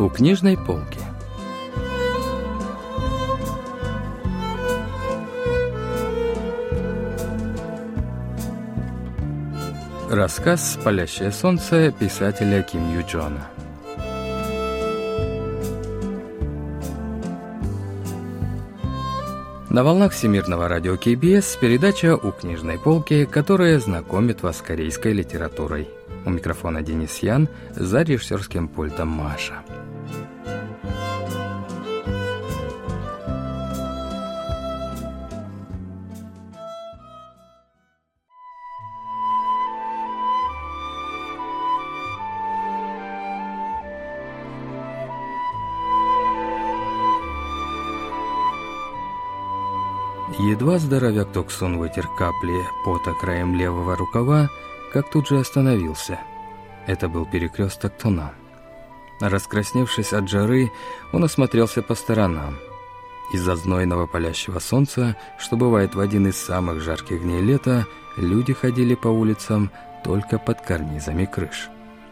У книжной полки. Рассказ «Палящее солнце» писателя Ким Ю-джона. На волнах Всемирного радио КБС передача «У книжной полки», которая знакомит вас с корейской литературой. У микрофона Денис Ян, за режиссерским пультом Маша. Едва здоровяк Ток-сун вытер капли пота краем левого рукава, как тут же остановился. Это был перекресток Тона. Раскрасневшись от жары, он осмотрелся по сторонам. Из-за знойного палящего солнца, что бывает в один из самых жарких дней лета, люди ходили по улицам только под карнизами крыш.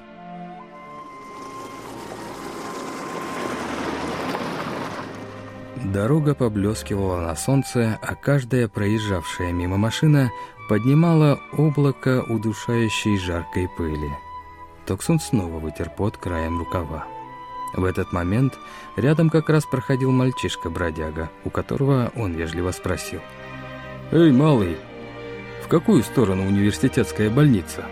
Дорога поблескивала на солнце, а каждая проезжавшая мимо машина поднимала облако удушающей жаркой пыли. Ток-сун снова вытер пот краем рукава. В этот момент рядом как раз проходил мальчишка-бродяга, у которого он вежливо спросил: «Эй, малый, в какую сторону университетская больница?»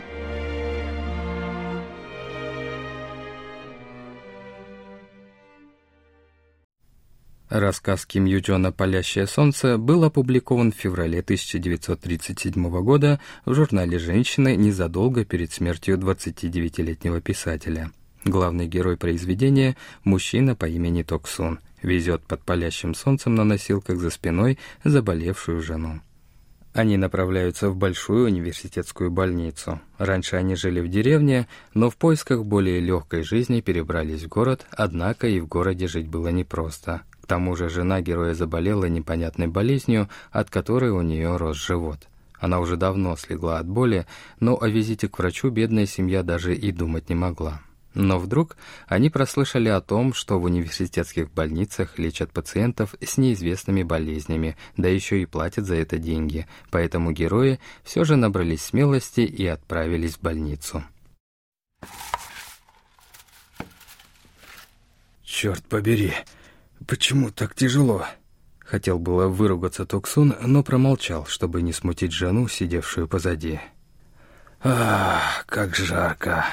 Рассказ Ким Ю-джона «Палящее солнце» был опубликован в феврале 1937 года в журнале «Женщины» незадолго перед смертью 29-летнего писателя. Главный герой произведения – мужчина по имени Ток-сун, везет под палящим солнцем на носилках за спиной заболевшую жену. Они направляются в большую университетскую больницу. Раньше они жили в деревне, но в поисках более легкой жизни перебрались в город, однако и в городе жить было непросто. К тому же жена героя заболела непонятной болезнью, от которой у нее рос живот. Она уже давно слегла от боли, но о визите к врачу бедная семья даже и думать не могла. Но вдруг они прослышали о том, что в университетских больницах лечат пациентов с неизвестными болезнями, да еще и платят за это деньги, поэтому герои все же набрались смелости и отправились в больницу. «Черт побери! Почему так тяжело?» Хотел было выругаться Ток-сун, но промолчал, чтобы не смутить жену, сидевшую позади. «Ах, как жарко!»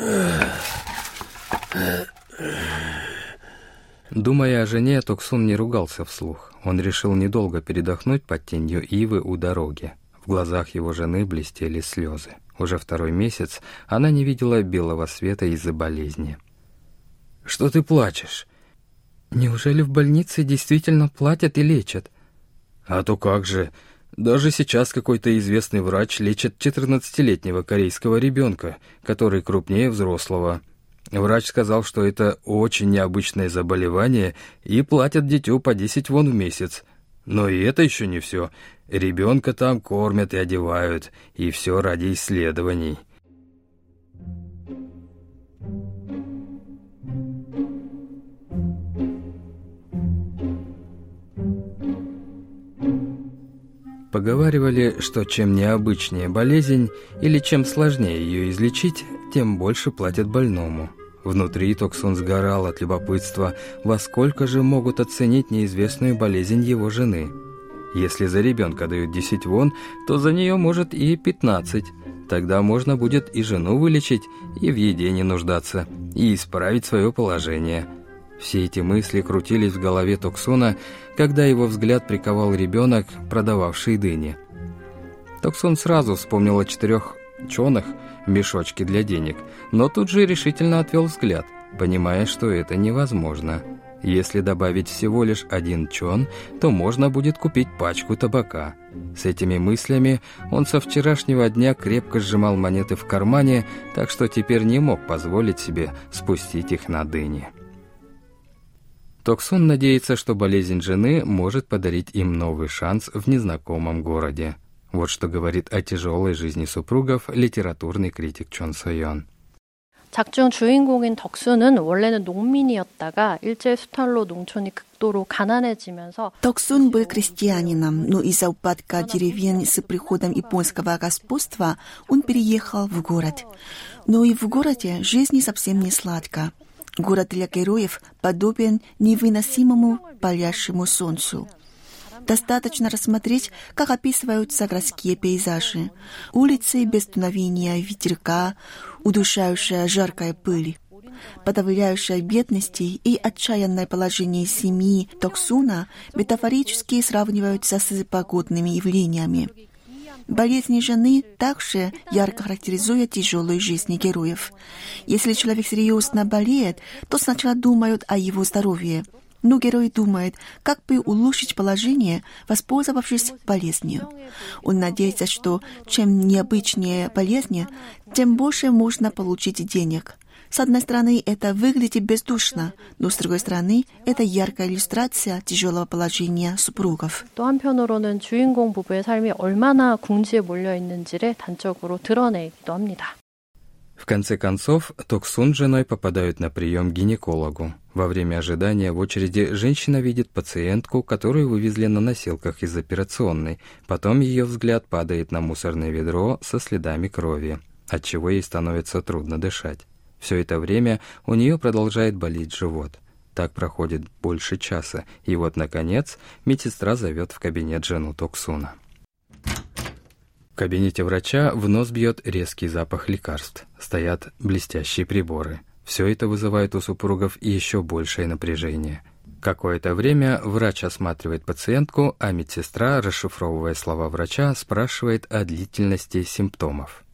Думая о жене, Ток-сун не ругался вслух. Он решил недолго передохнуть под тенью ивы у дороги. В глазах его жены блестели слезы. Уже второй месяц она не видела белого света из-за болезни. «Что ты плачешь?» «Неужели в больнице действительно платят и лечат?» «А то как же! Даже сейчас какой-то известный врач лечит 14-летнего корейского ребенка, который крупнее взрослого. Врач сказал, что это очень необычное заболевание, и платят дитю по 10 вон в месяц. Но и это еще не все. Ребенка там кормят и одевают, и все ради исследований». Поговаривали, что чем необычнее болезнь или чем сложнее ее излечить, тем больше платят больному. Внутри Ток-сун сгорал от любопытства, во сколько же могут оценить неизвестную болезнь его жены. Если за ребенка дают 10 вон, то за нее может и 15. Тогда можно будет и жену вылечить, и в еде не нуждаться, и исправить свое положение. Все эти мысли крутились в голове Ток-суна, когда его взгляд приковал ребенок, продававший дыни. Ток-сун сразу вспомнил о 4 чонах в мешочке для денег, но тут же решительно отвел взгляд, понимая, что это невозможно. Если добавить всего лишь 1 чон, то можно будет купить пачку табака. С этими мыслями он со вчерашнего дня крепко сжимал монеты в кармане, так что теперь не мог позволить себе спустить их на дыни. Ток-сун надеется, что болезнь жены может подарить им новый шанс в незнакомом городе. Вот что говорит о тяжелой жизни супругов литературный критик Чон Со-йон. 작중 주인공인 덕수는 원래는 농민이었다가 일제 수탈로 농촌이 극도로 가난해지면서 Токсун был крестьянином, но из-за упадка деревень с приходом японского господства он переехал в город. Но и в городе жизнь совсем не сладка. Город для героев подобен невыносимому палящему солнцу. Достаточно рассмотреть, как описываются городские пейзажи. Улицы без дуновения ветерка, удушающая жаркая пыль. Подавляющая бедности и отчаянное положение семьи Токсуна метафорически сравниваются с погодными явлениями. Болезни жены также ярко характеризуют тяжелую жизнь героев. Если человек серьезно болеет, то сначала думают о его здоровье. Но герой думает, как бы улучшить положение, воспользовавшись болезнью. Он надеется, что чем необычнее болезнь, тем больше можно получить денег. С одной стороны, это выглядит бездушно, но с другой стороны, это яркая иллюстрация тяжелого положения супругов. 또 한편으로는 주인공 부부의 삶이 얼마나 궁지에 몰려 있는지를 단적으로 드러내기도 합니다. В конце концов, Токсун с женой попадают на прием к гинекологу. Во время ожидания в очереди женщина видит пациентку, которую вывезли на носилках из операционной. Потом ее взгляд падает на мусорное ведро со следами крови, отчего ей становится трудно дышать. Все это время у нее продолжает болеть живот. Так проходит больше часа, и вот, наконец, медсестра зовет в кабинет жену Токсуна. В кабинете врача в нос бьет резкий запах лекарств. Стоят блестящие приборы. Все это вызывает у супругов еще большее напряжение. Какое-то время врач осматривает пациентку, а медсестра, расшифровывая слова врача, спрашивает о длительности симптомов.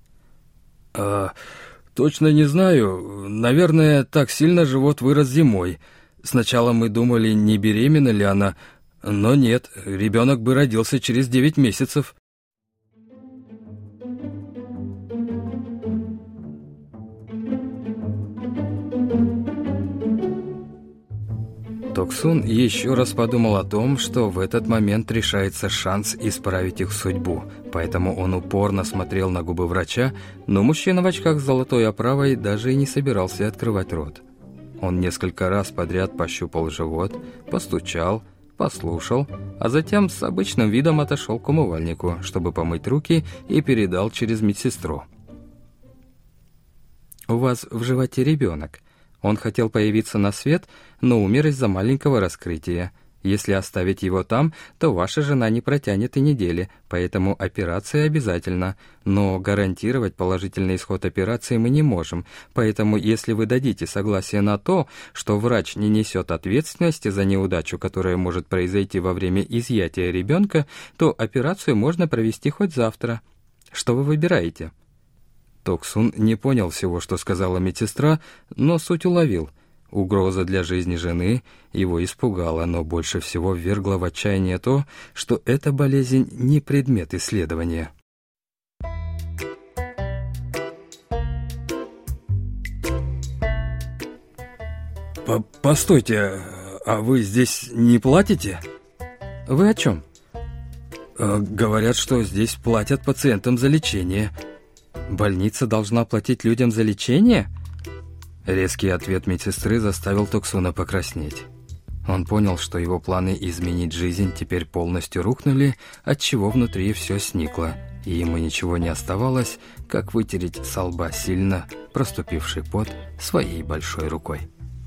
Точно не знаю. Наверное, так сильно живот вырос зимой. Сначала мы думали, не беременна ли она, но нет, ребенок бы родился через 9 месяцев. Токсун еще раз подумал о том, что в этот момент решается шанс исправить их судьбу, поэтому он упорно смотрел на губы врача, но мужчина в очках с золотой оправой даже и не собирался открывать рот. Он несколько раз подряд пощупал живот, постучал, послушал, а затем с обычным видом отошел к умывальнику, чтобы помыть руки, и передал через медсестру. «У вас в животе ребенок. Он хотел появиться на свет, но умер из-за маленького раскрытия. Если оставить его там, то ваша жена не протянет и недели, поэтому операция обязательна. Но гарантировать положительный исход операции мы не можем, поэтому если вы дадите согласие на то, что врач не несет ответственности за неудачу, которая может произойти во время изъятия ребенка, то операцию можно провести хоть завтра. Что вы выбираете?» Токсун не понял всего, что сказала медсестра, но суть уловил. Угроза для жизни жены его испугала, но больше всего ввергло в отчаяние то, что эта болезнь не предмет исследования. Постойте, а вы здесь не платите? Вы о чем? Говорят, что здесь платят пациентам за лечение. Больница должна платить людям за лечение? Резкий ответ медсестры заставил Токсуна покраснеть. Он понял, что его планы изменить жизнь теперь полностью рухнули, отчего внутри все сникло, и ему ничего не оставалось, как вытереть со лба сильно проступивший пот своей большой рукой.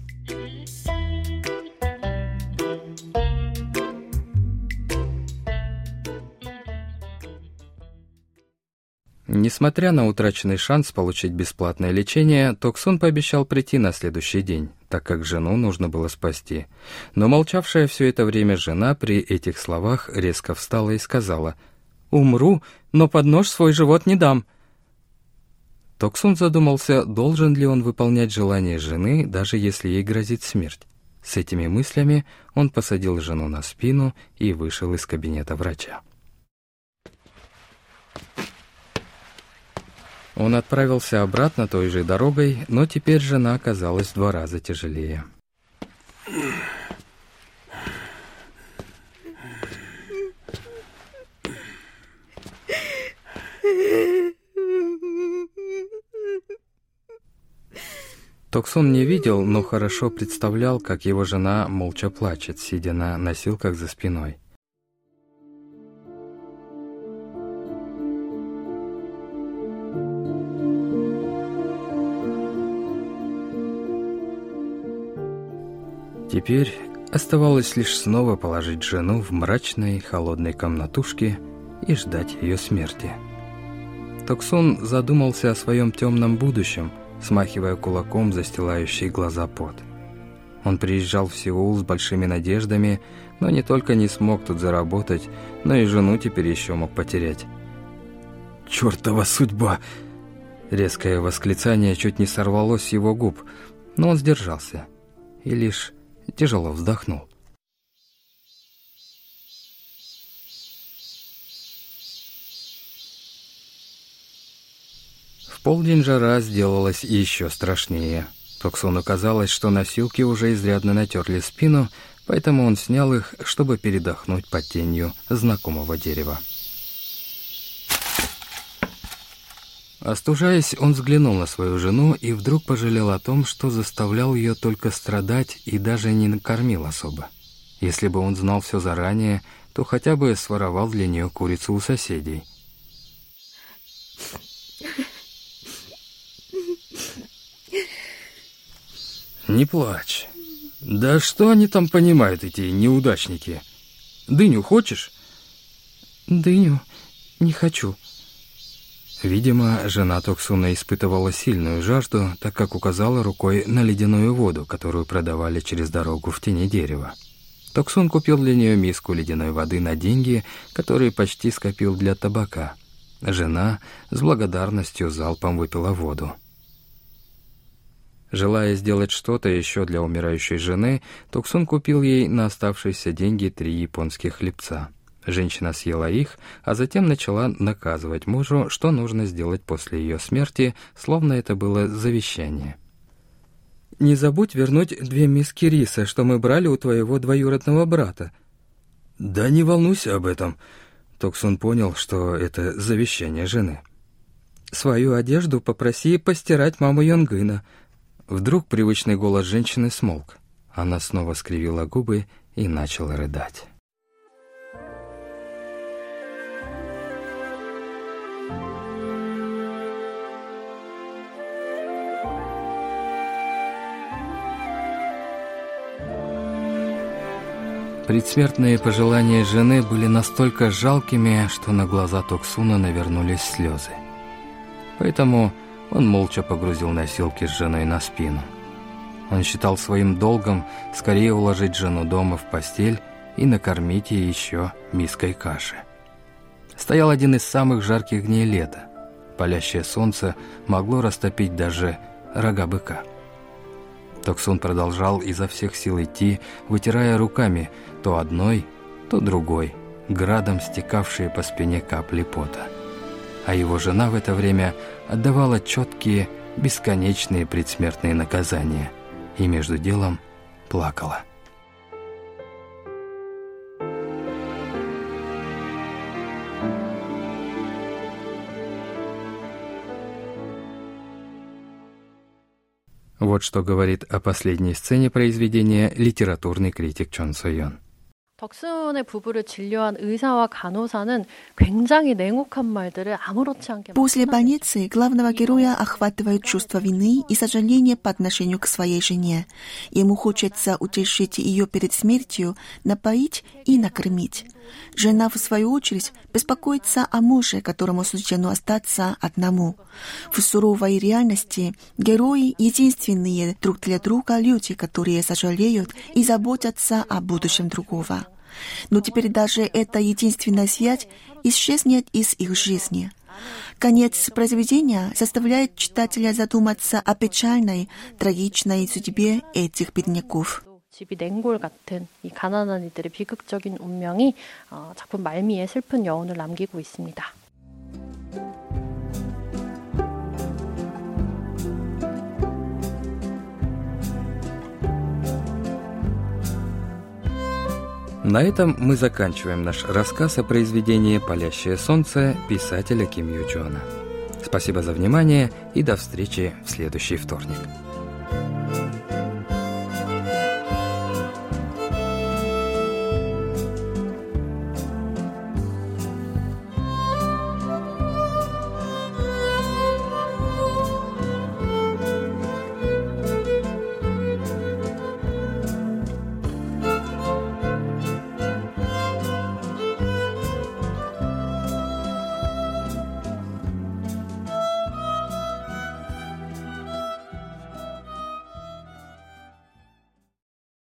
Несмотря на утраченный шанс получить бесплатное лечение, Токсун пообещал прийти на следующий день, так как жену нужно было спасти. Но молчавшая все это время жена при этих словах резко встала и сказала: «Умру, но под нож свой живот не дам». Токсун задумался, должен ли он выполнять желание жены, даже если ей грозит смерть. С этими мыслями он посадил жену на спину и вышел из кабинета врача. Он отправился обратно той же дорогой, но теперь жена оказалась в 2 раза тяжелее. Токсун не видел, но хорошо представлял, как его жена молча плачет, сидя на носилках за спиной. Теперь оставалось лишь снова положить жену в мрачной, холодной комнатушке и ждать ее смерти. Токсун задумался о своем темном будущем, смахивая кулаком застилающий глаза пот. Он приезжал в Сеул с большими надеждами, но не только не смог тут заработать, но и жену теперь еще мог потерять. «Чёртова судьба!» Резкое восклицание чуть не сорвалось с его губ, но он сдержался и лишь тяжело вздохнул. В полдень жара сделалась еще страшнее. Токсуну казалось, что носилки уже изрядно натерли спину, поэтому он снял их, чтобы передохнуть под тенью знакомого дерева. Остужаясь, он взглянул на свою жену и вдруг пожалел о том, что заставлял ее только страдать и даже не накормил особо. Если бы он знал все заранее, то хотя бы своровал для нее курицу у соседей. «Не плачь. Да что они там понимают, эти неудачники? Дыню хочешь?» «Дыню не хочу». Видимо, жена Токсуна испытывала сильную жажду, так как указала рукой на ледяную воду, которую продавали через дорогу в тени дерева. Токсун купил для нее миску ледяной воды на деньги, которые почти скопил для табака. Жена с благодарностью залпом выпила воду. Желая сделать что-то еще для умирающей жены, Токсун купил ей на оставшиеся деньги 3 японских хлебца. Женщина съела их, а затем начала наказывать мужу, что нужно сделать после ее смерти, словно это было завещание. «Не забудь вернуть 2 миски риса, что мы брали у твоего двоюродного брата». «Да не волнуйся об этом». Токсун понял, что это завещание жены. «Свою одежду попроси постирать маму Йонгына». Вдруг привычный голос женщины смолк. Она снова скривила губы и начала рыдать. Предсмертные пожелания жены были настолько жалкими, что на глаза Токсуна навернулись слезы. Поэтому он молча погрузил носилки с женой на спину. Он считал своим долгом скорее уложить жену дома в постель и накормить ее еще миской каши. Стоял один из самых жарких дней лета. Палящее солнце могло растопить даже рога быка. Токсун продолжал изо всех сил идти, вытирая руками то одной, то другой, градом стекавшие по спине капли пота. А его жена в это время отдавала четкие, бесконечные предсмертные наказания и между делом плакала. Вот что говорит о последней сцене произведения литературный критик Чон Со-ён. 덕순의 부부를 진료한 의사와 간호사는 굉장히 냉혹한 말들을 아무렇지 않게 После больницы главного героя охватывают чувство вины и сожаления по отношению к своей жене. Ему хочется утешить ее перед смертью, напоить и накормить. Жена, в свою очередь, беспокоится о муже, которому суждено остаться одному. В суровой реальности герои — единственные друг для друга люди, которые сожалеют и заботятся о будущем другого. Но теперь даже эта единственная связь исчезнет из их жизни. Конец произведения заставляет читателя задуматься о печальной, трагичной судьбе этих бедняков. 집이 냉골 같은 이 가난한 이들의 비극적인 운명이 작품 말미에 슬픈 여운을 남기고 있습니다. На этом мы заканчиваем наш рассказ о произведении «Палящее солнце» писателя Ким Ю Чона. Спасибо за внимание и до встречи в следующий вторник.